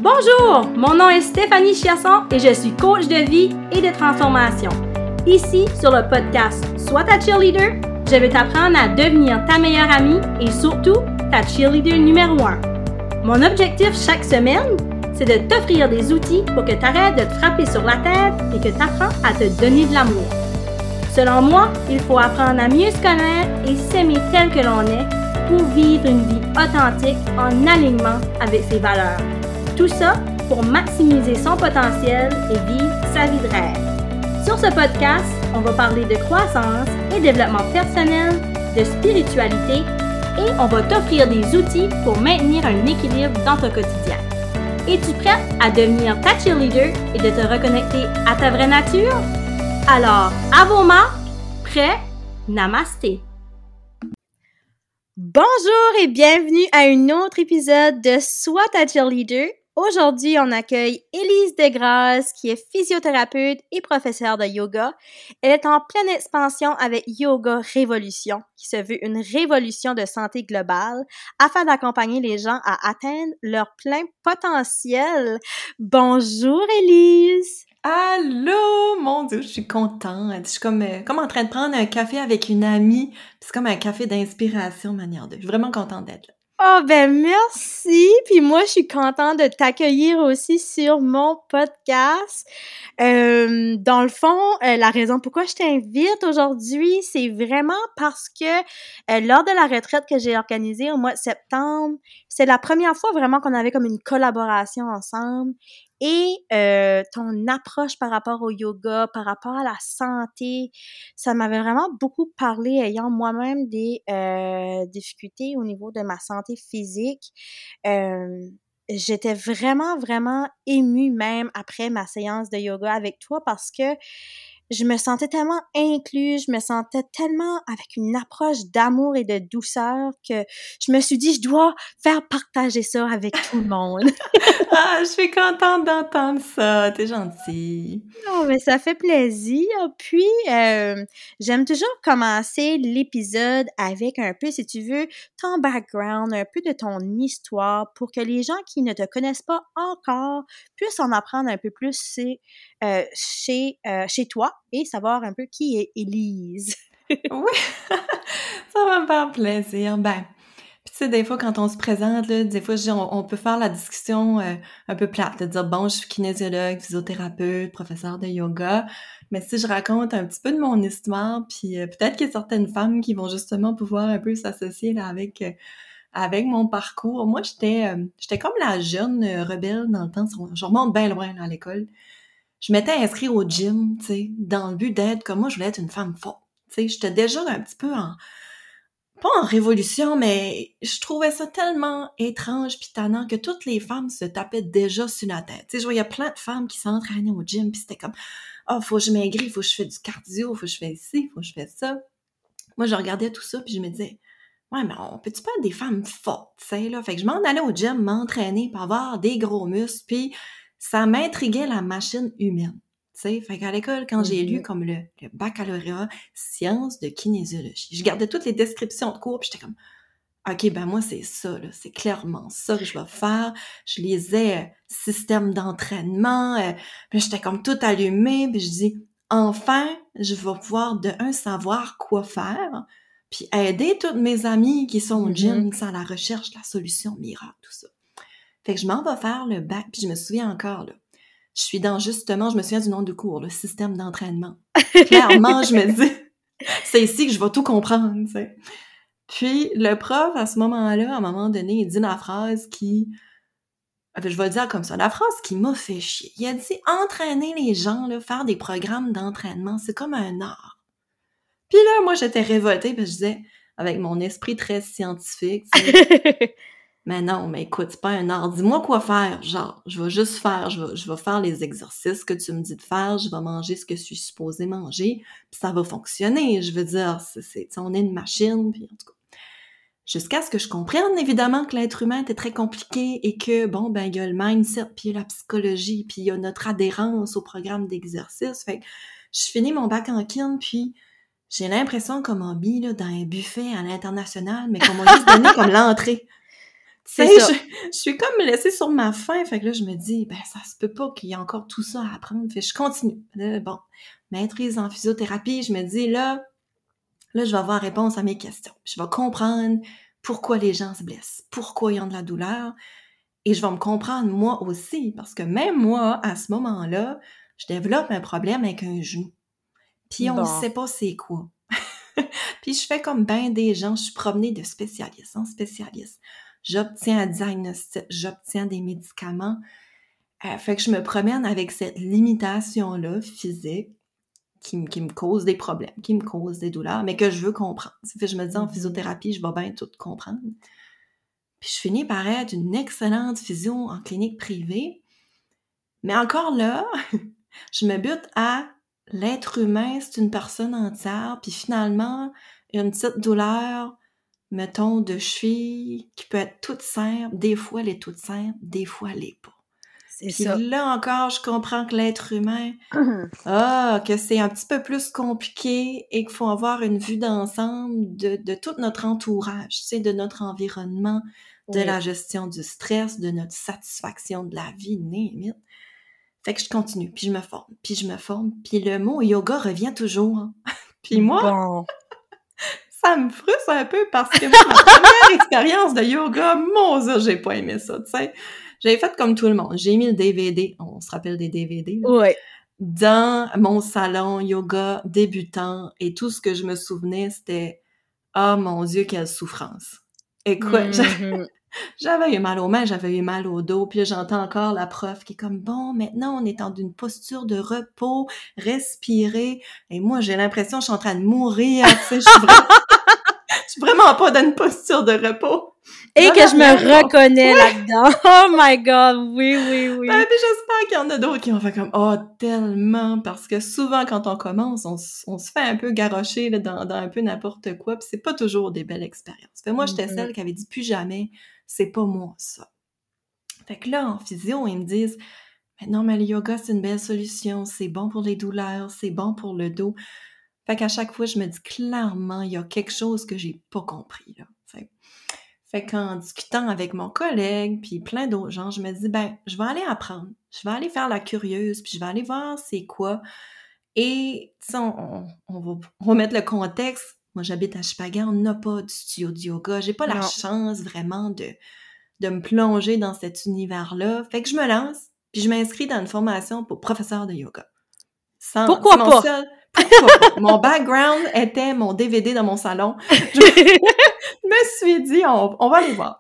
Bonjour, mon nom est Stéphanie Chiasson et je suis coach de vie et de transformation. Ici, sur le podcast Sois ta cheerleader, je vais t'apprendre à devenir ta meilleure amie et surtout ta cheerleader numéro 1. Mon objectif chaque semaine, c'est de t'offrir des outils pour que tu arrêtes de te frapper sur la tête et que tu apprends à te donner de l'amour. Selon moi, il faut apprendre à mieux se connaître et s'aimer tel que l'on est pour vivre une vie authentique en alignement avec ses valeurs. Tout ça pour maximiser son potentiel et vivre sa vie de rêve. Sur ce podcast, on va parler de croissance et développement personnel, de spiritualité et on va t'offrir des outils pour maintenir un équilibre dans ton quotidien. Es-tu prête à devenir ta cheerleader et de te reconnecter à ta vraie nature? Alors, à vos marques, prêts, namasté! Bonjour et bienvenue à un autre épisode de Sois ta cheerleader. Aujourd'hui, on accueille Élise Desgrasses, qui est physiothérapeute et professeure de yoga. Elle est en pleine expansion avec Yoga Révolution, qui se veut une révolution de santé globale afin d'accompagner les gens à atteindre leur plein potentiel. Bonjour Élise! Allô! Mon Dieu, je suis contente. Je suis comme en train de prendre un café avec une amie. Puis c'est comme un café d'inspiration, manière de. Je suis vraiment contente d'être là. Oh ben merci! Puis moi, je suis contente de t'accueillir aussi sur mon podcast. Dans le fond, la raison pourquoi je t'invite aujourd'hui, c'est vraiment parce que lors de la retraite que j'ai organisée au mois de septembre, c'est la première fois vraiment qu'on avait comme une collaboration ensemble. Et ton approche par rapport au yoga, par rapport à la santé, ça m'avait vraiment beaucoup parlé ayant moi-même des difficultés au niveau de ma santé physique. J'étais vraiment, vraiment émue même après ma séance de yoga avec toi parce que je me sentais tellement incluse, je me sentais tellement avec une approche d'amour et de douceur que je me suis dit, je dois faire partager ça avec tout le monde. Ah, je suis contente d'entendre ça. T'es gentille. Non, mais ça fait plaisir. Puis, j'aime toujours commencer l'épisode avec un peu, si tu veux, ton background, un peu de ton histoire pour que les gens qui ne te connaissent pas encore puissent en apprendre un peu plus chez toi et savoir un peu qui est Élise. Oui, ça va me faire plaisir. Puis tu sais, des fois, quand on se présente, là, des fois, on peut faire la discussion un peu plate, de dire, bon, je suis kinésiologue, physiothérapeute, professeur de yoga, mais si je raconte un petit peu de mon histoire, puis peut-être qu'il y a certaines femmes qui vont justement pouvoir un peu s'associer là avec mon parcours. Moi, j'étais comme la jeune rebelle dans le temps, je remonte bien loin là, à l'école. Je m'étais inscrite au gym, tu sais, dans le but d'être, comme moi, je voulais être une femme forte. Tu sais, j'étais déjà un petit peu pas en révolution, mais je trouvais ça tellement étrange pis tannant que toutes les femmes se tapaient déjà sur la tête. Tu sais, je voyais plein de femmes qui s'entraînaient au gym pis c'était comme, faut que je maigris, faut que je fais du cardio, faut que je fais ci, faut que je fais ça. Moi, je regardais tout ça puis je me disais, ouais, mais on peut-tu pas être des femmes fortes, tu sais, là? Fait que je m'en allais au gym m'entraîner pour avoir des gros muscles puis ça m'intriguait la machine humaine. Tu sais, fait qu'à l'école, quand j'ai lu comme le baccalauréat sciences de kinésiologie, je gardais toutes les descriptions de cours, puis j'étais comme, OK, moi, c'est ça, là, c'est clairement ça que je vais faire. Je lisais système d'entraînement, puis j'étais comme tout allumée, puis je dis, enfin, je vais pouvoir, savoir quoi faire, puis aider toutes mes amies qui sont au gym sans la recherche, la solution miracle, tout ça. Fait que je m'en vais faire le bac, puis je me souviens encore, là, je me souviens du nom du cours, le système d'entraînement. Clairement, je me dis, c'est ici que je vais tout comprendre, tu sais. Puis, le prof, à ce moment-là, à un moment donné, il dit la phrase je vais le dire comme ça, la phrase qui m'a fait chier. Il a dit, entraîner les gens, là, faire des programmes d'entraînement, c'est comme un art. Puis là, moi, j'étais révoltée, parce que je disais, avec mon esprit très scientifique, tu sais, mais non, mais écoute, c'est pas un art. Dis-moi quoi faire. Genre, je vais juste faire, je vais faire les exercices que tu me dis de faire, je vais manger ce que je suis supposée manger, puis ça va fonctionner. Je veux dire, on est une machine, puis en tout cas. Jusqu'à ce que je comprenne, évidemment, que l'être humain était très compliqué et que, il y a le mindset, puis il y a la psychologie, puis il y a notre adhérence au programme d'exercice. Fait que je finis mon bac en kin, puis j'ai l'impression qu'on m'a mis là, dans un buffet à l'international, mais qu'on m'a juste donné comme l'entrée. C'est Tu sais, ça. je suis comme laissée sur ma faim. Fait que là, je me dis, ben, ça se peut pas qu'il y ait encore tout ça à apprendre. Fait que je continue. Là, bon, maîtrise en physiothérapie, je me dis, là, je vais avoir réponse à mes questions. Je vais comprendre pourquoi les gens se blessent, pourquoi ils ont de la douleur. Et je vais me comprendre moi aussi. Parce que même moi, à ce moment-là, je développe un problème avec un genou. Puis on ne Bon. sait pas c'est quoi. Puis je fais comme ben des gens, je suis promenée de spécialiste en spécialiste. J'obtiens un diagnostic, j'obtiens des médicaments. Fait que je me promène avec cette limitation-là physique qui me cause des problèmes, qui me cause des douleurs, mais que je veux comprendre. Fait que je me dis en physiothérapie, je vais bien tout comprendre. Puis je finis par être une excellente physio en clinique privée. Mais encore là, je me bute à l'être humain, c'est une personne entière, puis finalement, une petite douleur, mettons, de cheville, qui peut être toute simple. Des fois, elle est toute simple, des fois, elle l'est pas. C'est Puis ça. là encore, je comprends que l'être humain, que c'est un petit peu plus compliqué et qu'il faut avoir une vue d'ensemble de tout notre entourage, tu sais, de notre environnement, de Oui. la gestion du stress, de notre satisfaction de la vie, limite. Fait que je continue, puis je me forme, puis le mot yoga revient toujours. Hein. Puis moi, Bon. ça me frustre un peu parce que moi, ma première expérience de yoga, mon Dieu, j'ai pas aimé ça, tu sais. J'avais fait comme tout le monde. J'ai mis le DVD, on se rappelle des DVD, là, Oui. dans mon salon yoga débutant et tout ce que je me souvenais, c'était « Oh mon Dieu, quelle souffrance! » Écoute, j'avais eu mal aux mains, j'avais eu mal au dos, puis là, j'entends encore la prof qui est comme « Bon, maintenant, on est dans une posture de repos, respirer. » Et moi, j'ai l'impression que je suis en train de mourir, tu sais, je suis vraiment pas dans une posture de repos. Et que je me reconnais là-dedans. Oh my God, oui, oui, oui. Ben, puis j'espère qu'il y en a d'autres qui ont fait comme « Oh, tellement! » Parce que souvent, quand on commence, on se fait un peu garrocher là, dans un peu n'importe quoi, puis c'est pas toujours des belles expériences. Fait moi, j'étais celle qui avait dit « Plus jamais, c'est pas moi, ça. » Fait que là, en physio, ils me disent « Non, mais le yoga, c'est une belle solution, c'est bon pour les douleurs, c'est bon pour le dos. » Fait qu'à chaque fois, je me dis clairement, il y a quelque chose que j'ai pas compris, là. Fait qu'en discutant avec mon collègue, puis plein d'autres gens, je me dis, ben, je vais aller apprendre. Je vais aller faire la curieuse, puis je vais aller voir c'est quoi. Et, tu sais, on va mettre le contexte. Moi, j'habite à Shippagan, on n'a pas de studio de yoga. J'ai pas la Non. chance vraiment de me plonger dans cet univers-là. Fait que je me lance, puis je m'inscris dans une formation pour professeur de yoga. Pourquoi pas? Pourquoi pas? Mon background était mon DVD dans mon salon. Je me suis dit, on va aller voir.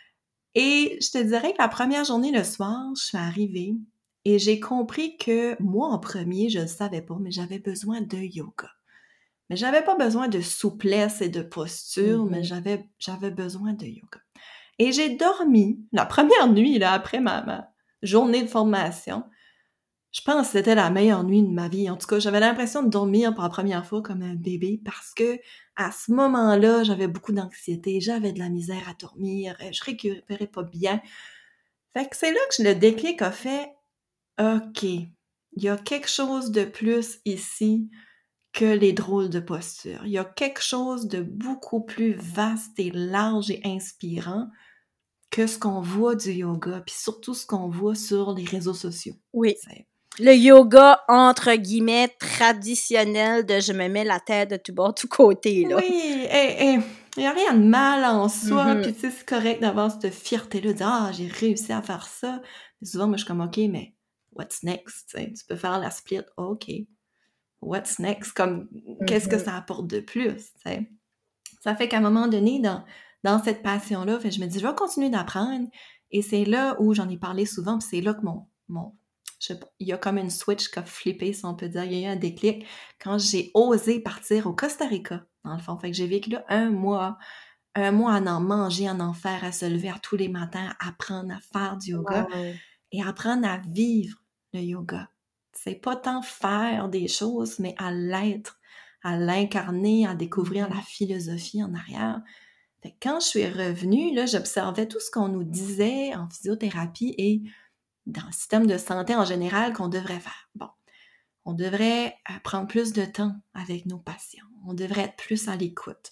Et je te dirais que la première journée, le soir, je suis arrivée et j'ai compris que moi, en premier, je ne le savais pas, mais j'avais besoin de yoga. Mais j'avais pas besoin de souplesse et de posture, mais j'avais besoin de yoga. Et j'ai dormi la première nuit, là, après ma journée de formation. Je pense que c'était la meilleure nuit de ma vie. En tout cas, j'avais l'impression de dormir pour la première fois comme un bébé parce que à ce moment-là, j'avais beaucoup d'anxiété, j'avais de la misère à dormir, je récupérais pas bien. Fait que c'est là que le déclic a fait « OK, il y a quelque chose de plus ici que les drôles de posture. Il y a quelque chose de beaucoup plus vaste et large et inspirant que ce qu'on voit du yoga, puis surtout ce qu'on voit sur les réseaux sociaux. » Oui. C'est... Le yoga, entre guillemets, traditionnel de je me mets la tête de tout bord, tout côté, là. Oui, il n'y a rien de mal en soi, puis tu sais, c'est correct d'avoir cette fierté-là, de dire « Ah, j'ai réussi à faire ça. » Mais souvent, moi, je suis comme « OK, mais what's next? » Tu peux faire la split, OK. What's next? Comme, qu'est-ce que ça apporte de plus? T'sais? Ça fait qu'à un moment donné, dans cette passion-là, je me dis « Je vais continuer d'apprendre. » Et c'est là où j'en ai parlé souvent, puis c'est là que je sais pas, il y a comme une switch qui a flippé, si on peut dire. Il y a eu un déclic quand j'ai osé partir au Costa Rica, dans le fond. Fait que j'ai vécu là un mois à en manger, à en faire, à se lever tous les matins, à apprendre à faire du yoga et apprendre à vivre le yoga. C'est pas tant faire des choses, mais à l'être, à l'incarner, à découvrir la philosophie en arrière. Fait que quand je suis revenue, là, j'observais tout ce qu'on nous disait en physiothérapie et dans le système de santé en général qu'on devrait faire. Bon, on devrait prendre plus de temps avec nos patients. On devrait être plus à l'écoute.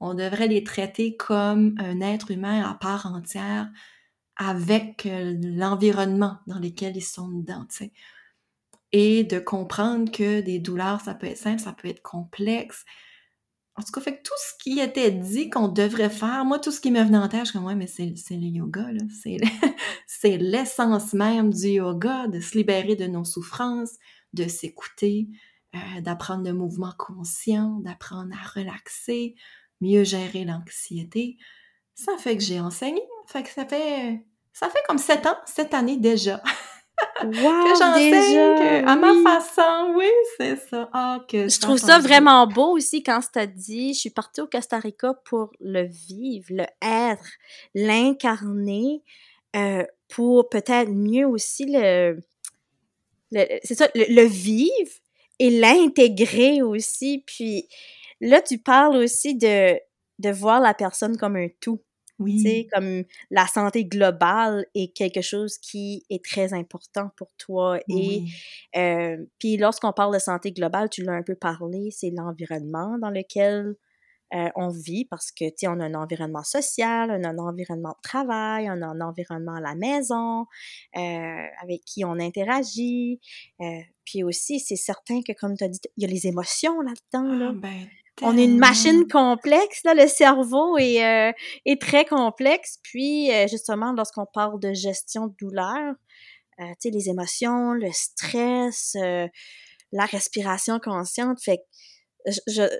On devrait les traiter comme un être humain à part entière avec l'environnement dans lequel ils sont dedans, tu sais. Et de comprendre que des douleurs, ça peut être simple, ça peut être complexe. En tout cas, fait que tout ce qui était dit qu'on devrait faire, moi, tout ce qui me venait en tête, je suis comme, ouais, mais c'est le yoga, là. C'est l'essence même du yoga, de se libérer de nos souffrances, de s'écouter, d'apprendre le mouvement conscient, d'apprendre à relaxer, mieux gérer l'anxiété. Ça fait que j'ai enseigné. Fait que ça fait comme 7 ans, cette année déjà, que Wow, j'enseigne déjà, à ma oui! façon. Oui, c'est ça. Ah, que Je ça trouve ça change tout. vraiment beau aussi quand tu as dit, je suis partie au Costa Rica pour le vivre, le être, l'incarner, pour peut-être mieux aussi c'est ça, le vivre et l'intégrer aussi. Puis là, tu parles aussi de voir la personne comme un tout. Tu Oui, sais, comme la santé globale est quelque chose qui est très important pour toi. Et oui, puis lorsqu'on parle de santé globale, tu l'as un peu parlé, c'est l'environnement dans lequel on vit parce que, tu sais, on a un environnement social, on a un environnement de travail, on a un environnement à la maison, avec qui on interagit. Puis aussi, c'est certain que, comme tu as dit, il y a les émotions là-dedans, ah là. ben On est une tellement. machine complexe, là, le cerveau est très complexe. Puis, justement, lorsqu'on parle de gestion de douleur, tu sais, les émotions, le stress, la respiration consciente, fait que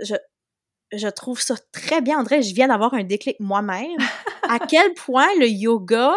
je trouve ça très bien. André, je viens d'avoir un déclic moi-même. À quel point le yoga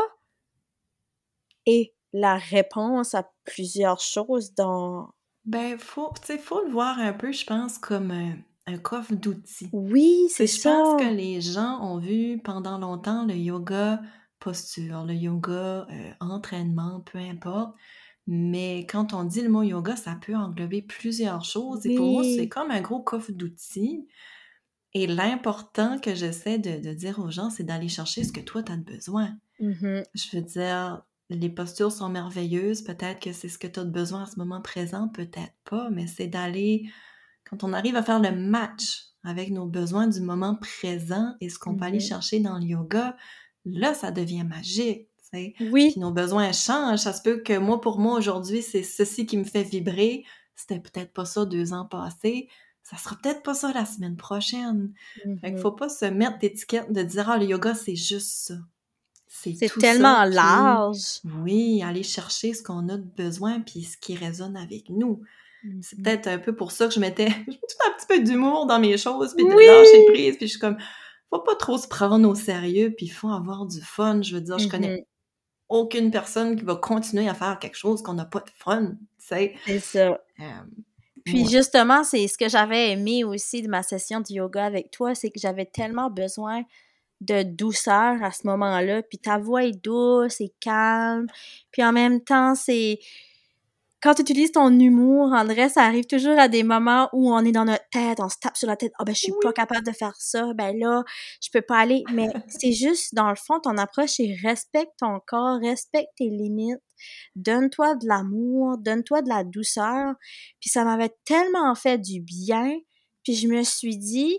est la réponse à plusieurs choses dans... Ben, faut le voir un peu, je pense, comme un coffre d'outils. Oui, Tu sais, c'est je pense que ça. les gens ont vu pendant longtemps le yoga posture, le yoga entraînement, peu importe. Mais quand on dit le mot yoga, ça peut englober plusieurs choses. Et pour moi, c'est Oui. comme un gros coffre d'outils. Et l'important que j'essaie de dire aux gens, c'est d'aller chercher ce que toi, tu as de besoin. Mhm. Je veux dire, les postures sont merveilleuses. Peut-être que c'est ce que tu as de besoin à ce moment présent, peut-être pas, mais c'est d'aller, quand on arrive à faire le match avec nos besoins du moment présent et ce qu'on peut aller Mhm. chercher dans le yoga, là, ça devient magique, tu sais. Puis Oui. nos besoins changent. Ça se peut que moi, pour moi, aujourd'hui, c'est ceci qui me fait vibrer. C'était peut-être pas ça 2 ans passés. Ça sera peut-être pas ça la semaine prochaine. Fait qu'il Mhm. faut pas se mettre d'étiquette de dire, ah, le yoga, c'est juste ça. C'est C'est tout ça, tellement puis large. oui, aller chercher ce qu'on a de besoin, puis ce qui résonne avec nous. C'est Mhm. peut-être un peu pour ça que je mettais tout un petit peu d'humour dans mes choses, puis de lâcher Oui! prise, puis je suis comme, faut pas trop se prendre au sérieux, puis il faut avoir du fun. Je veux dire, je connais Mhm. aucune personne qui va continuer à faire quelque chose qu'on n'a pas de fun, tu sais. C'est ça. Euh, Puis ouais. justement, c'est ce que j'avais aimé aussi de ma session de yoga avec toi, c'est que j'avais tellement besoin de douceur à ce moment-là. Puis ta voix est douce et calme. Puis en même temps, c'est... Quand tu utilises ton humour, André, ça arrive toujours à des moments où on est dans notre tête, on se tape sur la tête. « Ah ben, je suis Oui, pas capable de faire ça. Ben là, je peux pas aller. » Mais c'est juste, dans le fond, ton approche, c'est respecte ton corps, respecte tes limites. Donne-toi de l'amour, donne-toi de la douceur. Puis ça m'avait tellement fait du bien. Puis je me suis dit,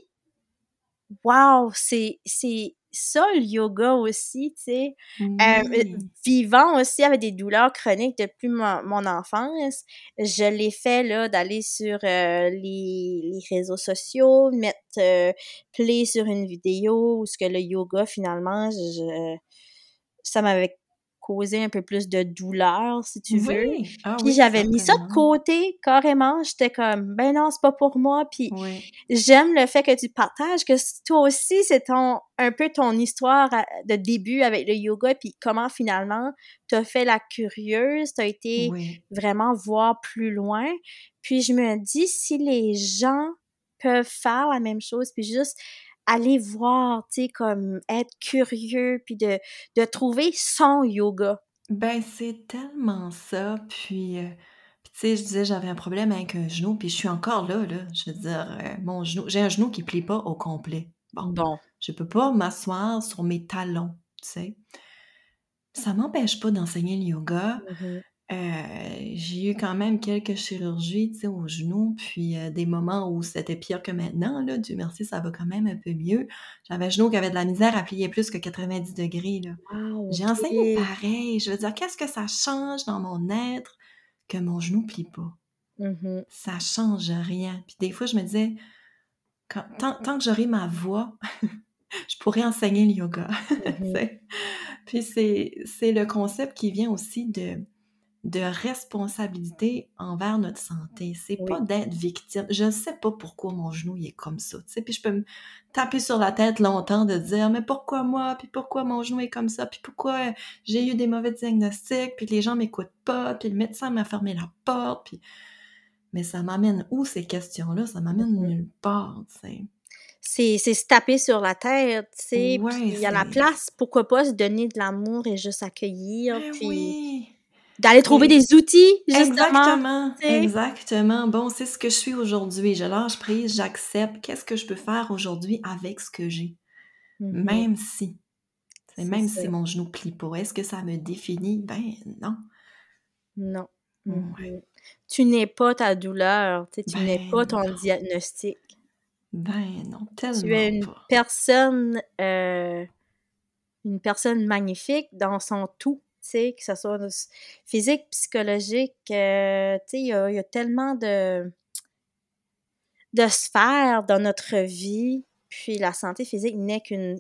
wow, c'est ça le yoga aussi, tu sais. oui, Vivant aussi avec des douleurs chroniques depuis mon enfance, je l'ai fait là d'aller sur les réseaux sociaux, mettre play sur une vidéo où ce que le yoga finalement, ça m'avait causé un peu plus de douleur, si tu veux. oui, ah Puis oui, j'avais mis ça de certainement. côté carrément. J'étais comme, ben non, c'est pas pour moi. Puis Oui, j'aime le fait que tu partages que toi aussi, c'est un peu ton histoire de début avec le yoga, puis comment finalement t'as fait la curieuse, t'as été oui. vraiment voir plus loin. Puis je me dis, si les gens peuvent faire la même chose, puis juste aller voir, tu sais, comme être curieux, puis de trouver son yoga. Ben, c'est tellement ça. Puis tu sais, je disais, j'avais un problème avec un genou, puis je suis encore là. Je veux dire, mon genou, j'ai un genou qui plie pas au complet. Bon, Bon. je peux pas m'asseoir sur mes talons, tu sais. Ça m'empêche pas d'enseigner le yoga, Mhm. J'ai eu quand même quelques chirurgies, tu sais, au genou, puis des moments où c'était pire que maintenant, là. Dieu merci, ça va quand même un peu mieux. J'avais un genou qui avait de la misère à plier plus que 90 degrés, là. Wow, J'ai OK. enseigné pareil. Je veux dire, qu'est-ce que ça change dans mon être que mon genou plie pas? Mhm. Ça change rien. Puis des fois, je me disais, tant que j'aurai ma voix, je pourrais enseigner le yoga. Mhm. Tu sais. Puis c'est le concept qui vient aussi de responsabilité envers notre santé. C'est pas Oui. d'être victime. Je sais pas pourquoi mon genou il est comme ça. Tu sais, puis je peux me taper sur la tête longtemps de dire mais pourquoi moi, puis pourquoi mon genou est comme ça, puis pourquoi j'ai eu des mauvais diagnostics, puis les gens m'écoutent pas, puis le médecin m'a fermé la porte, puis mais ça m'amène où ces questions-là? Ça m'amène Mhm. nulle part, tu sais. C'est se taper sur la tête, tu sais, Ouais, puis à la c'est... place, pourquoi pas se donner de l'amour et juste accueillir, Ben puis oui! d'aller trouver C'est... des outils, justement, Exactement, tu sais. exactement. Bon, c'est ce que je suis aujourd'hui. Je lâche prise, j'accepte. Qu'est-ce que je peux faire aujourd'hui avec ce que j'ai? Mhm. Même si, C'est même ça. si mon genou plie pas, est-ce que ça me définit? Ben non. Non. Ouais. Mhm. Tu n'es pas ta douleur, tu sais, tu n'es pas Ben ton non. diagnostic. Ben non, Tu es tellement pas. une personne magnifique dans son tout, tu sais, que ce soit physique, psychologique, tu sais, il y a tellement de sphères dans notre vie, puis la santé physique n'est qu'une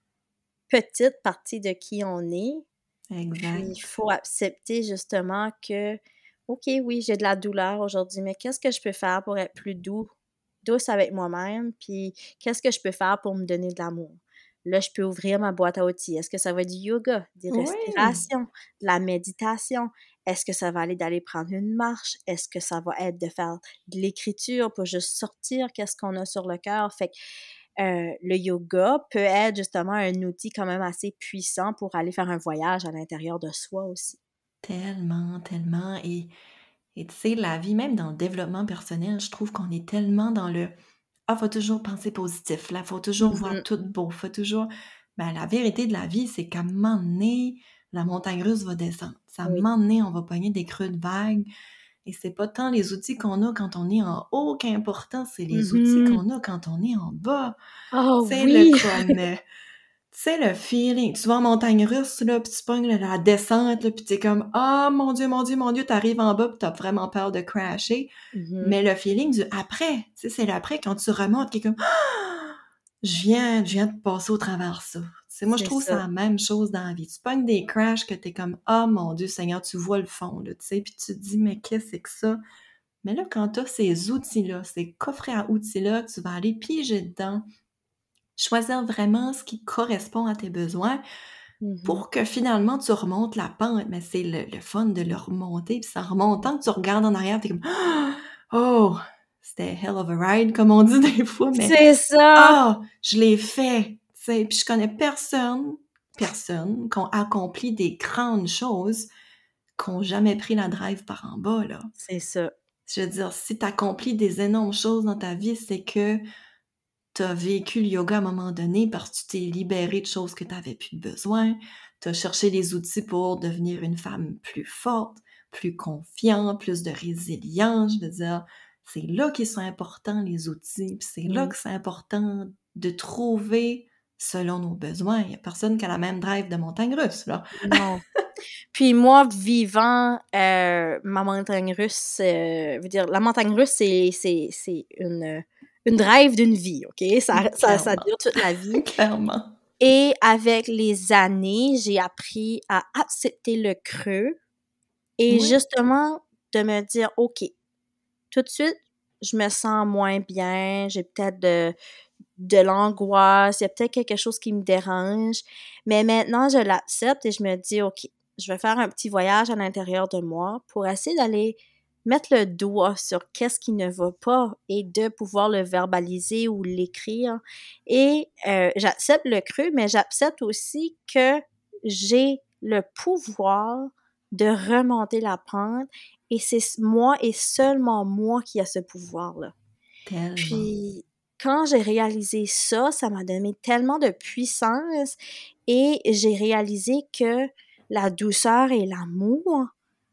petite partie de qui on est. Puis il Exact. faut accepter justement que, OK, oui, j'ai de la douleur aujourd'hui, mais qu'est-ce que je peux faire pour être plus douce avec moi-même? Puis qu'est-ce que je peux faire pour me donner de l'amour? Là, je peux ouvrir ma boîte à outils. Est-ce que ça va être du yoga, des Oui, respirations, de la méditation? Est-ce que ça va aller d'aller prendre une marche? Est-ce que ça va être de faire de l'écriture pour juste sortir qu'est-ce qu'on a sur le cœur? Fait que le yoga peut être justement un outil quand même assez puissant pour aller faire un voyage à l'intérieur de soi aussi. tellement, tellement. Et tu sais, la vie, même dans le développement personnel, je trouve qu'on est tellement dans le ah, faut toujours penser positif, là, faut toujours voir Mhm. tout beau, faut toujours. Ben, la vérité de la vie, c'est qu'à un moment donné, la montagne russe va descendre. À un Oui. moment donné, on va pogner des creux de vagues. Et c'est pas tant les outils qu'on a quand on est en haut qu'important, c'est les outils Mhm. qu'on a quand on est en bas. Oh Tu sais, oui! tu sais, le feeling, tu vas en montagne russe, là, puis tu pognes la descente, là, puis t'es comme, ah, mon Dieu, mon Dieu, mon Dieu, t'arrives en bas, puis t'as vraiment peur de crasher. Mhm. Mais le feeling du après, tu sais, c'est l'après, quand tu remontes, qui est comme, ah, je viens de passer au travers ça. Tu sais, moi, je C'est trouve que c'est ça. la même chose dans la vie. Tu pognes des crashs que t'es comme, ah, mon Dieu, Seigneur, tu vois le fond, là, tu sais, puis tu te dis, mais qu'est-ce que c'est que ça? Mais là, quand t'as ces outils-là, ces coffrets à outils-là, tu vas aller piger dedans, choisir vraiment ce qui correspond à tes besoins Mhm. pour que finalement tu remontes la pente. Mais c'est le fun de le remonter. Puis c'est en remontant que tu regardes en arrière, t'es comme oh, c'était hell of a ride, comme on dit des fois, mais C'est ça! ah, je l'ai fait. Tu sais, puis je connais personne qui ont accompli des grandes choses, qui n'ont jamais pris la drive par en bas, là. C'est ça. Je veux dire, si tu accomplis des énormes choses dans ta vie, c'est que tu as vécu le yoga à un moment donné parce que tu t'es libéré de choses que tu n'avais plus besoin. Tu as cherché les outils pour devenir une femme plus forte, plus confiante, plus de résilience. Je veux dire, c'est là qu'ils sont importants, les outils. Puis c'est là Mm. que c'est important de trouver selon nos besoins. Il n'y a personne qui a la même drive de montagne russe, là. Non. Puis moi, vivant ma montagne russe, veut dire, la montagne russe, c'est une drive d'une vie, OK? Ça Clairement. dure toute la vie. Clairement. Et avec les années, j'ai appris à accepter le creux et Oui. justement de me dire, OK, tout de suite, je me sens moins bien, j'ai peut-être de l'angoisse, il y a peut-être quelque chose qui me dérange, mais maintenant, je l'accepte et je me dis, OK, je vais faire un petit voyage à l'intérieur de moi pour essayer d'aller mettre le doigt sur qu'est-ce qui ne va pas et de pouvoir le verbaliser ou l'écrire. Et j'accepte le creux, mais j'accepte aussi que j'ai le pouvoir de remonter la pente et c'est moi et seulement moi qui a ce pouvoir-là. Tellement. Puis, quand j'ai réalisé ça, ça m'a donné tellement de puissance et j'ai réalisé que la douceur et l'amour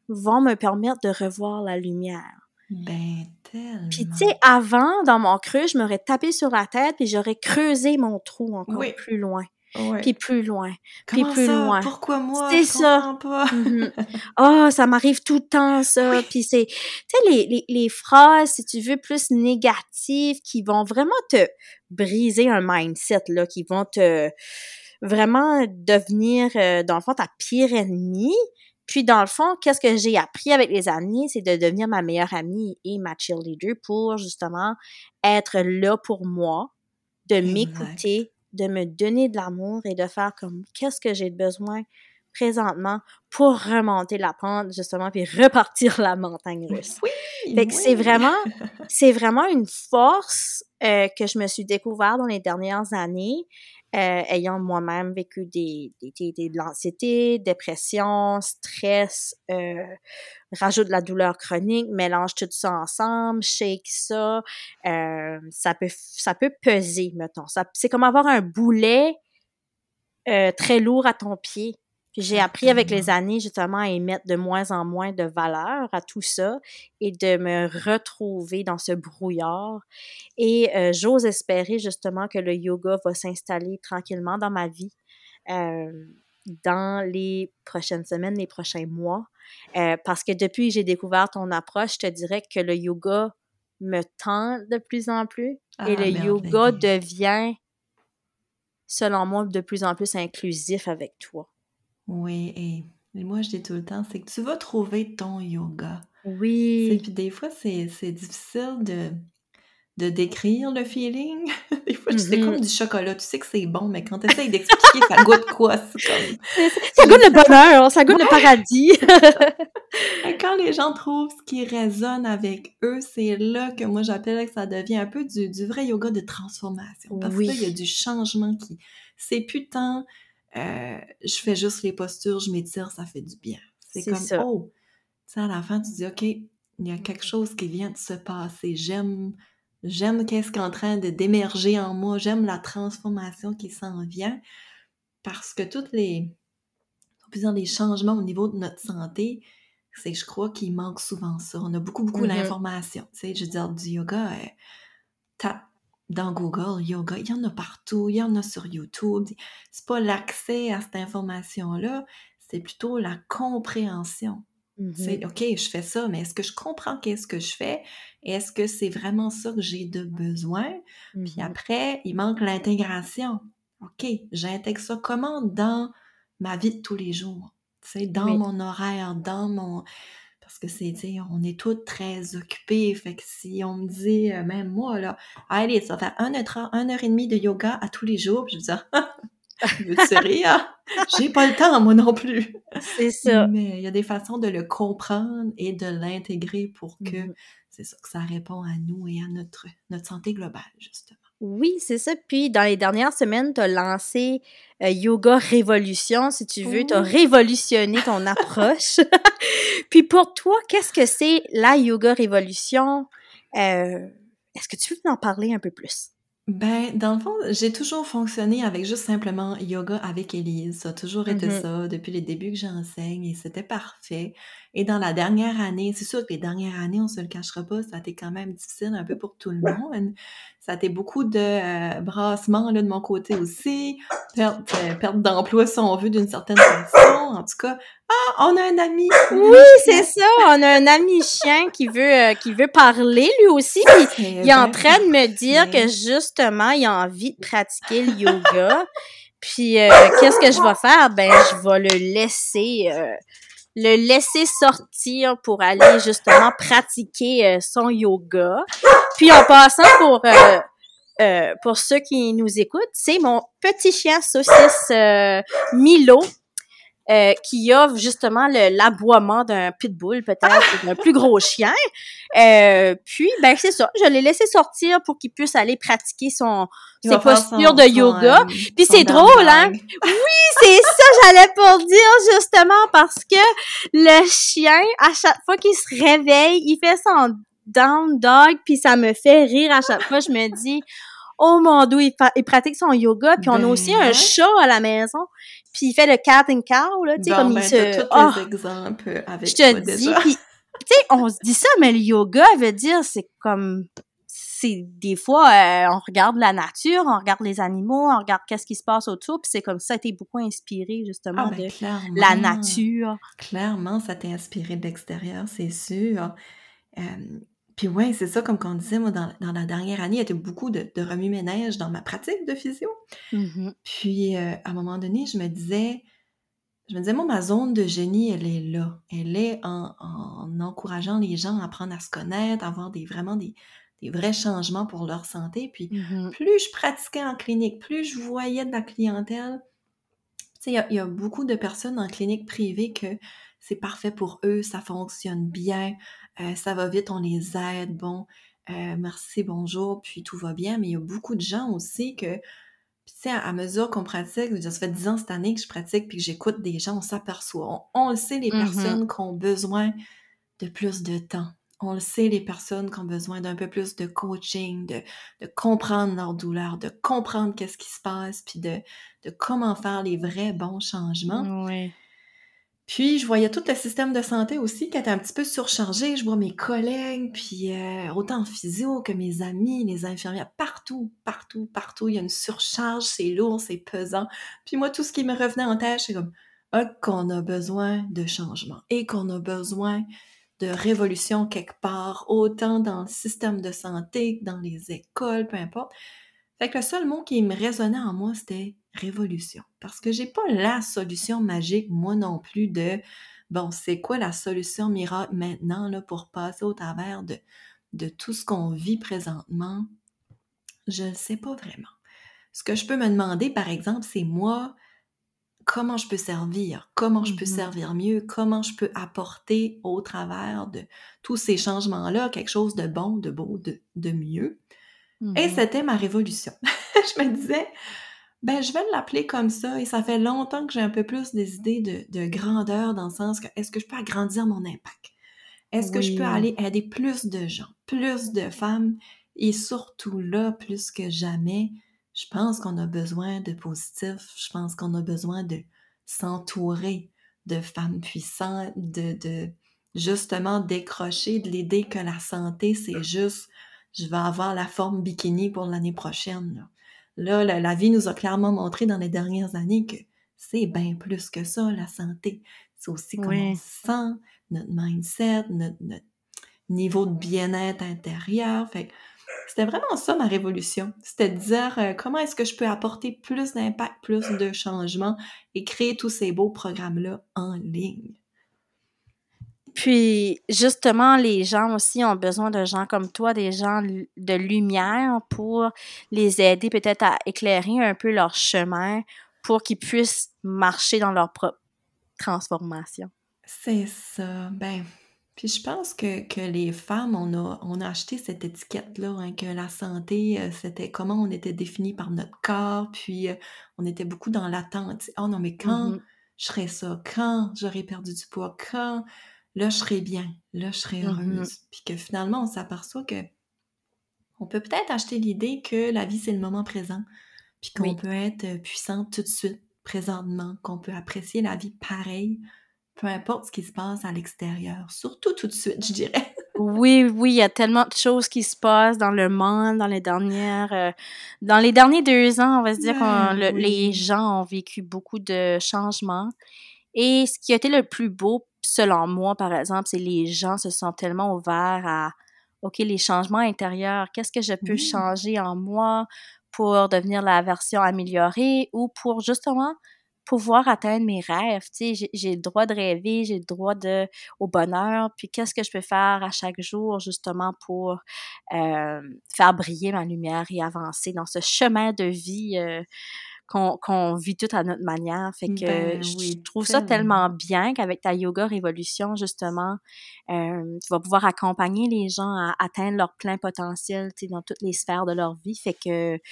vont me permettre de revoir la lumière. Ben, tellement. Puis, tu sais, avant, dans mon creux, je m'aurais tapé sur la tête puis j'aurais creusé mon trou encore plus loin. Oui. Puis plus loin. Comment puis plus ça? loin. Pourquoi moi? C'est je comprends pas. Oh, ça m'arrive tout le temps, ça. Puis c'est, tu sais, les phrases, si tu veux, plus négatives qui vont vraiment te briser un mindset, là, qui vont te vraiment devenir, dans le fond, ta pire ennemie. Puis, dans le fond, qu'est-ce que j'ai appris avec les années, c'est de devenir ma meilleure amie et ma cheerleader pour, justement, être là pour moi, de m'écouter, de me donner de l'amour et de faire comme, qu'est-ce que j'ai besoin présentement pour remonter la pente, justement, puis repartir la montagne russe. Fait que c'est vraiment une force que je me suis découvert dans les dernières années, ayant moi-même vécu de l'anxiété, dépression, stress, rajoute de la douleur chronique, mélange tout ça ensemble, shake ça, ça peut peser, mettons. C'est comme avoir un boulet très lourd à ton pied. Puis j'ai appris avec les années, justement, à y mettre de moins en moins de valeur à tout ça et de me retrouver dans ce brouillard. Et j'ose espérer, justement, que le yoga va s'installer tranquillement dans ma vie dans les prochaines semaines, les prochains mois. Parce que depuis que j'ai découvert ton approche, je te dirais que le yoga me tente de plus en plus. Et le yoga devient, selon moi, de plus en plus inclusif avec toi. Oui, et moi, je dis tout le temps, c'est que tu vas trouver ton yoga. Oui. Puis des fois, c'est difficile de décrire le feeling. Des fois, c'est comme du chocolat. Tu sais que c'est bon, mais quand tu essaies d'expliquer, ça goûte quoi? C'est comme... Ça goûte le bonheur, ça goûte le paradis. Et quand les gens trouvent ce qui résonne avec eux, c'est là que moi, j'appelle que ça devient un peu du vrai yoga de transformation. Parce que là, il y a du changement qui... C'est plus tant... je fais juste les postures, je m'étire, ça fait du bien. C'est comme, ça. oh! Tu sais, à la fin, tu dis, OK, il y a quelque chose qui vient de se passer. J'aime qu'est-ce qui est en train d'émerger en moi. J'aime la transformation qui s'en vient. Parce que les changements au niveau de notre santé, c'est que je crois qu'il manque souvent ça. On a beaucoup d'informations. Tu sais, je veux dire, du yoga, tape dans Google, yoga, il y en a partout, il y en a sur YouTube. C'est pas l'accès à cette information-là, c'est plutôt la compréhension. C'est, OK, je fais ça, mais est-ce que je comprends qu'est-ce que je fais? Est-ce que c'est vraiment ça que j'ai de besoin? Puis après, il manque l'intégration. OK, j'intègre ça comment dans ma vie de tous les jours? Tu sais, dans mon horaire, dans mon... Parce que c'est, tu sais, on est toutes très occupées. Fait que si on me dit, même moi, là, allez, ça va faire 1h30 de yoga à tous les jours, puis je vais dire, veux-tu rire? J'ai pas le temps, moi non plus. C'est ça. Mais il y a des façons de le comprendre et de l'intégrer pour que, c'est ça, que ça répond à nous et à notre santé globale, justement. Oui, c'est ça. Puis, dans les dernières semaines, tu as lancé Yoga Révolution, si tu veux. Tu as révolutionné ton approche. Puis, pour toi, qu'est-ce que c'est la Yoga Révolution? Est-ce que tu veux en parler un peu plus? Ben, dans le fond, j'ai toujours fonctionné avec juste simplement yoga avec Élise. Ça a toujours été ça depuis les débuts que j'enseigne et c'était parfait. Et dans la dernière année, c'est sûr que les dernières années, on se le cachera pas, ça a été quand même difficile un peu pour tout le monde. Ça a été beaucoup de brassement là, de mon côté aussi, perte d'emploi si on veut d'une certaine façon. En tout cas, on a un ami. Oui, c'est ça. On a un ami chien qui veut parler lui aussi. Puis il est en train de me dire que justement, il a envie de pratiquer le yoga. Puis qu'est-ce que je vais faire? Ben, je vais le laisser sortir pour aller justement pratiquer son yoga. Puis en passant pour ceux qui nous écoutent, c'est mon petit chien saucisse Milo. Qui a justement l'aboiement d'un pitbull, peut-être, d'un plus gros chien. Puis, ben c'est ça. Je l'ai laissé sortir pour qu'il puisse aller pratiquer ses postures de yoga. Puis c'est drôle, hein? Oui, c'est ça, j'allais pour dire, justement, parce que le chien, à chaque fois qu'il se réveille, il fait son down dog, puis ça me fait rire à chaque fois. Je me dis, oh mon Dieu, il pratique son yoga. Puis on a aussi un chat à la maison. puis il fait le cat and cow, là, tu sais, Bon, comme il ben, se... t'as tous les exemples avec je te toi, dis, déjà. puis, tu sais, on se dit ça, mais le yoga veut dire, c'est comme... C'est des fois, on regarde la nature, on regarde les animaux, on regarde qu'est-ce qui se passe autour, puis c'est comme ça a été beaucoup inspiré, Ah, justement, ben, de la clairement. nature. Clairement, ça t'a inspiré de l'extérieur, c'est sûr. Puis ouais, c'est ça, comme qu'on disait, moi, dans la dernière année, il y a eu beaucoup de remue-ménage dans ma pratique de physio. Mm-hmm. Puis, à un moment donné, je me disais, moi, ma zone de génie, elle est là. Elle est en encourageant les gens à apprendre à se connaître, à avoir vraiment des vrais changements pour leur santé. Puis, Mm-hmm. plus je pratiquais en clinique, plus je voyais de la clientèle. Tu sais, il y a beaucoup de personnes en clinique privée que c'est parfait pour eux, ça fonctionne bien, ça va vite, on les aide, bon, merci, bonjour, puis tout va bien. Mais il y a beaucoup de gens aussi que, puis tu sais, à mesure qu'on pratique, je veux dire, ça fait 10 ans cette année que je pratique puis que j'écoute des gens, on s'aperçoit. On le sait, les personnes qui ont besoin de plus de temps. On le sait, les personnes qui ont besoin d'un peu plus de coaching, de comprendre leur douleur, de comprendre qu'est-ce qui se passe, puis de comment faire les vrais bons changements. Oui. Puis, je voyais tout le système de santé aussi qui était un petit peu surchargé. Je vois mes collègues, puis autant en physio que mes amis, les infirmières, partout, il y a une surcharge, c'est lourd, c'est pesant. Puis moi, tout ce qui me revenait en tête, c'est comme, qu'on a besoin de changement et qu'on a besoin de révolution quelque part, autant dans le système de santé que dans les écoles, peu importe. Fait que le seul mot qui me résonnait en moi, c'était révolution. Parce que j'ai pas la solution magique, moi non plus, de bon, c'est quoi la solution miracle maintenant là, pour passer au travers de tout ce qu'on vit présentement? Je ne sais pas vraiment. Ce que je peux me demander, par exemple, c'est moi, comment je peux servir? Comment je peux servir mieux? Comment je peux apporter au travers de tous ces changements-là quelque chose de bon, de beau, de mieux? Et c'était ma révolution. Je me disais, ben je vais l'appeler comme ça, et ça fait longtemps que j'ai un peu plus des idées de grandeur, dans le sens que est-ce que je peux agrandir mon impact? Est-ce que je peux aller aider plus de gens, plus de femmes? Et surtout là, plus que jamais, je pense qu'on a besoin de positif, je pense qu'on a besoin de s'entourer de femmes puissantes, de justement décrocher de l'idée que la santé, c'est juste, je vais avoir la forme bikini pour l'année prochaine. Là, la vie nous a clairement montré dans les dernières années que c'est bien plus que ça, la santé. C'est aussi comment on se sent, notre mindset, notre niveau de bien-être intérieur. Fait que c'était vraiment ça ma révolution. C'était de dire comment est-ce que je peux apporter plus d'impact, plus de changement et créer tous ces beaux programmes-là en ligne. Puis, justement, les gens aussi ont besoin de gens comme toi, des gens de lumière pour les aider peut-être à éclairer un peu leur chemin pour qu'ils puissent marcher dans leur propre transformation. C'est ça. Ben, puis je pense que les femmes, on a acheté cette étiquette-là, hein, que la santé, c'était comment on était défini par notre corps, puis on était beaucoup dans l'attente. Oh non, mais quand je serai ça, quand j'aurai perdu du poids, quand là je serai bien, là je serai heureuse. Puis que finalement, on s'aperçoit que on peut peut-être acheter l'idée que la vie, c'est le moment présent, puis qu'on peut être puissante tout de suite, présentement, qu'on peut apprécier la vie pareil, peu importe ce qui se passe à l'extérieur, surtout tout de suite, je dirais. Oui, il y a tellement de choses qui se passent dans le monde dans les derniers 2 ans, on va se dire les gens ont vécu beaucoup de changements. Et ce qui a été le plus beau, selon moi, par exemple, c'est les gens se sont tellement ouverts à, OK, les changements intérieurs, qu'est-ce que je peux changer en moi pour devenir la version améliorée ou pour justement pouvoir atteindre mes rêves. Tu sais, j'ai le droit de rêver, j'ai le droit au bonheur, puis qu'est-ce que je peux faire à chaque jour justement pour faire briller ma lumière et avancer dans ce chemin de vie qu'on vit tout à notre manière. Fait que je trouve ça tellement bien qu'avec ta Yoga Révolution, justement, tu vas pouvoir accompagner les gens à atteindre leur plein potentiel, tu sais, dans toutes les sphères de leur vie. Fait que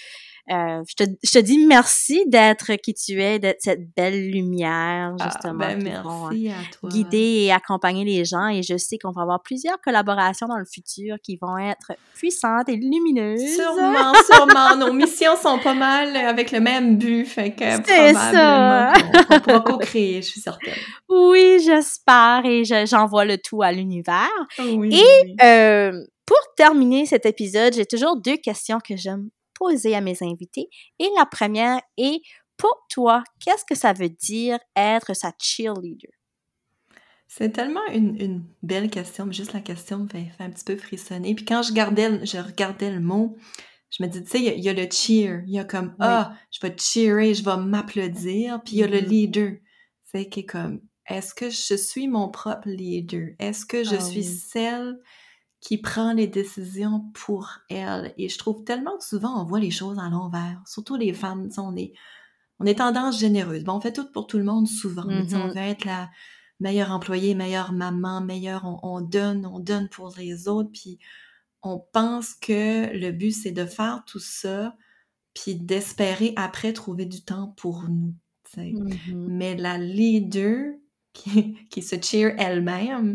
Je te dis merci d'être qui tu es, d'être cette belle lumière, Ah, justement, ben qui vont merci à toi. guider et accompagner les gens. Et je sais qu'on va avoir plusieurs collaborations dans le futur qui vont être puissantes et lumineuses. Sûrement. Nos missions sont pas mal avec le même but, fait que C'est probablement ça! qu'on pourra co-créer, je suis certaine. Oui, j'espère et j'envoie le tout à l'univers. Oui, Et oui. pour terminer cet épisode, j'ai toujours 2 questions que j'aime poser à mes invités. Et la première est, pour toi, qu'est-ce que ça veut dire être sa cheerleader? C'est tellement une belle question, mais juste la question me fait un petit peu frissonner. Puis quand je regardais le mot, je me dis, tu sais, il y a le cheer, il y a comme, Oui. je vais cheerer, je vais m'applaudir, puis il y a le Mhm. leader, c'est qui est comme, est-ce que je suis mon propre leader? Est-ce que je Ah suis oui. celle qui prend les décisions pour elle? Et je trouve tellement que souvent, on voit les choses à l'envers, surtout les femmes, tu sais, on est tendance généreuse. Bon, on fait tout pour tout le monde souvent, mais tu sais, on Mhm. veut être la meilleure employée, meilleure maman, on donne pour les autres, puis on pense que le but, c'est de faire tout ça, puis d'espérer après trouver du temps pour nous, tu sais. Mhm. Mais la leader qui se cheer elle-même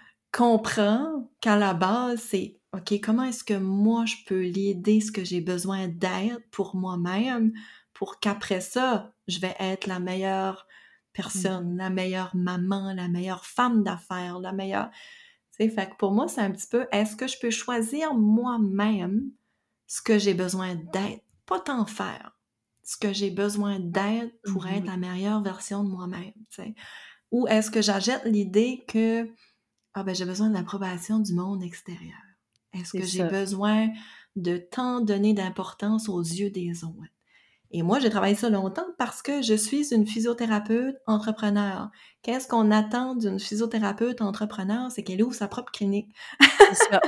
comprend qu'à la base, c'est OK, comment est-ce que moi je peux l'aider ce que j'ai besoin d'être pour moi-même pour qu'après ça, je vais être la meilleure personne, la meilleure maman, la meilleure femme d'affaires, la meilleure. Tu sais, fait que pour moi, c'est un petit peu est-ce que je peux choisir moi-même ce que j'ai besoin d'être, pas tant faire, ce que j'ai besoin d'être pour être la meilleure version de moi-même, tu sais. Ou est-ce que j'achète l'idée que j'ai besoin de l'approbation du monde extérieur. Est-ce C'est que j'ai ça. besoin de tant donner d'importance aux yeux des autres? Et moi, j'ai travaillé ça longtemps parce que je suis une physiothérapeute entrepreneur. Qu'est-ce qu'on attend d'une physiothérapeute entrepreneur? C'est qu'elle ouvre sa propre clinique. C'est ça.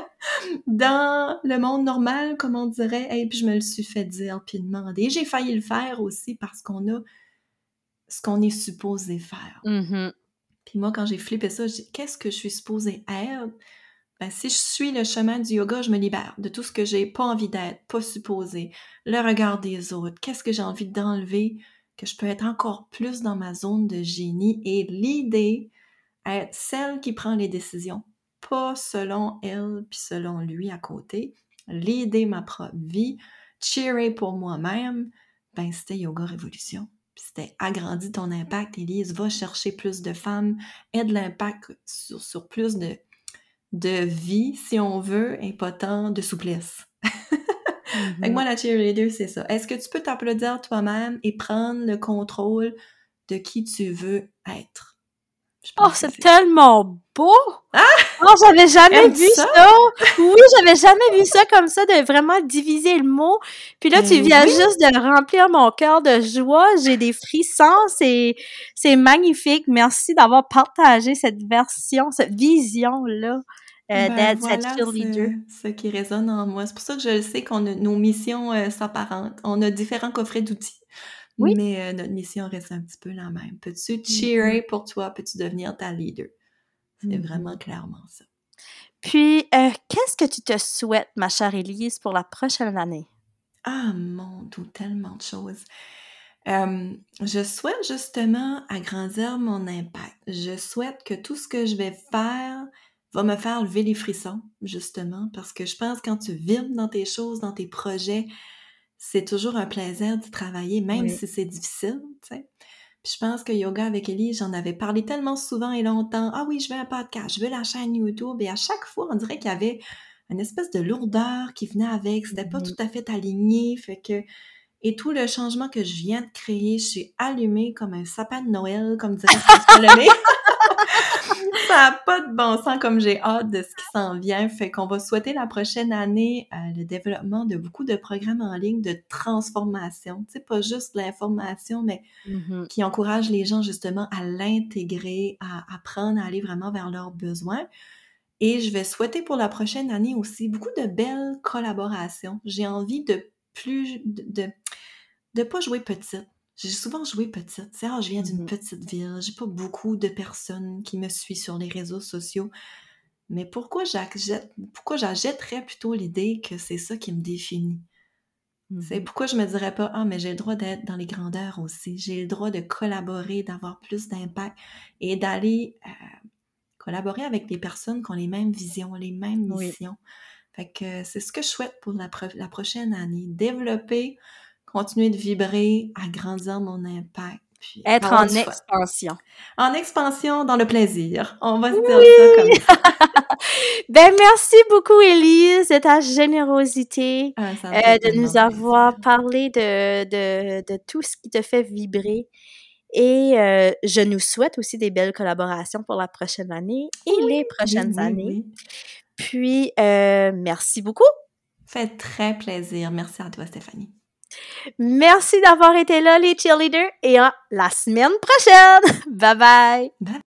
Dans le monde normal, comme on dirait, et puis je me le suis fait dire puis demander. J'ai failli le faire aussi parce qu'on a ce qu'on est supposé faire. Mhm. Puis moi, quand j'ai flippé ça, je dis, qu'est-ce que je suis supposée être? Ben, si je suis le chemin du yoga, je me libère de tout ce que j'ai pas envie d'être, pas supposé, le regard des autres, qu'est-ce que j'ai envie d'enlever, que je peux être encore plus dans ma zone de génie et l'idée, être celle qui prend les décisions, pas selon elle puis selon lui à côté, l'idée ma propre vie, cheerer pour moi-même, ben c'était Yoga Révolution. Puis c'était agrandis ton impact, Élise, va chercher plus de femmes, aide l'impact sur plus de vie, si on veut, et pas tant de souplesse. Fait que moi, la cheerleader, c'est ça. Est-ce que tu peux t'applaudir toi-même et prendre le contrôle de qui tu veux être? Je Oh, pense que c'est c'est ça. tellement beau! Ah! Oh, j'avais jamais Aimes-tu vu ça? ça! Oui, j'avais jamais vu ça comme ça, de vraiment diviser le mot. Puis là, tu Ben viens oui! juste de remplir mon cœur de joie. J'ai des frissons. C'est magnifique. Merci d'avoir partagé cette version, cette vision-là, Ben d'être cette voilà cheerleader. ce qui résonne en moi. C'est pour ça que je le sais qu'on a nos missions s'apparentent. On a différents coffrets d'outils, Oui. mais notre mission reste un petit peu la même. Peux-tu Mhm. cheerer pour toi? Peux-tu devenir ta leader? C'est Mhm. vraiment clairement ça. Puis, qu'est-ce que tu te souhaites, ma chère Élise, pour la prochaine année? Ah mon Dieu, tellement de choses. Je souhaite justement agrandir mon impact. Je souhaite que tout ce que je vais faire va me faire lever les frissons, justement, parce que je pense que quand tu vibres dans tes choses, dans tes projets, c'est toujours un plaisir d'y travailler, même Oui. si c'est difficile, tu sais. Puis je pense que yoga avec Ellie, j'en avais parlé tellement souvent et longtemps. Ah oui, je veux un podcast, je veux la chaîne YouTube. Et à chaque fois, on dirait qu'il y avait une espèce de lourdeur qui venait avec. C'était pas tout à fait aligné. Fait que, et tout le changement que je viens de créer, je suis allumée comme un sapin de Noël, comme dirait François Lemay. Ça n'a pas de bon sens comme j'ai hâte de ce qui s'en vient. Fait qu'on va souhaiter la prochaine année le développement de beaucoup de programmes en ligne de transformation. Tu sais, pas juste de l'information, mais Mhm. qui encouragent les gens justement à l'intégrer, à apprendre à aller vraiment vers leurs besoins. Et je vais souhaiter pour la prochaine année aussi beaucoup de belles collaborations. J'ai envie de plus de pas jouer petite. J'ai souvent joué petite. C'est je viens d'une Mhm. petite ville, j'ai pas beaucoup de personnes qui me suivent sur les réseaux sociaux. Mais pourquoi j'achèterais plutôt l'idée que c'est ça qui me définit? C'est pourquoi je me dirais pas, mais j'ai le droit d'être dans les grandeurs aussi. J'ai le droit de collaborer, d'avoir plus d'impact et d'aller collaborer avec des personnes qui ont les mêmes visions, les mêmes missions. Fait que c'est ce que je souhaite pour la prochaine année. Développer, continuer de vibrer, agrandir mon impact. Puis être en expansion. En expansion dans le plaisir. On va se dire ça comme ça. Ben, merci beaucoup, Élise, de ta générosité, de nous avoir parlé de tout ce qui te fait vibrer. Et je nous souhaite aussi des belles collaborations pour la prochaine année et les prochaines années. Oui. Puis, merci beaucoup. Fait très plaisir. Merci à toi, Stéphanie. Merci d'avoir été là, les cheerleaders, et à la semaine prochaine! Bye bye!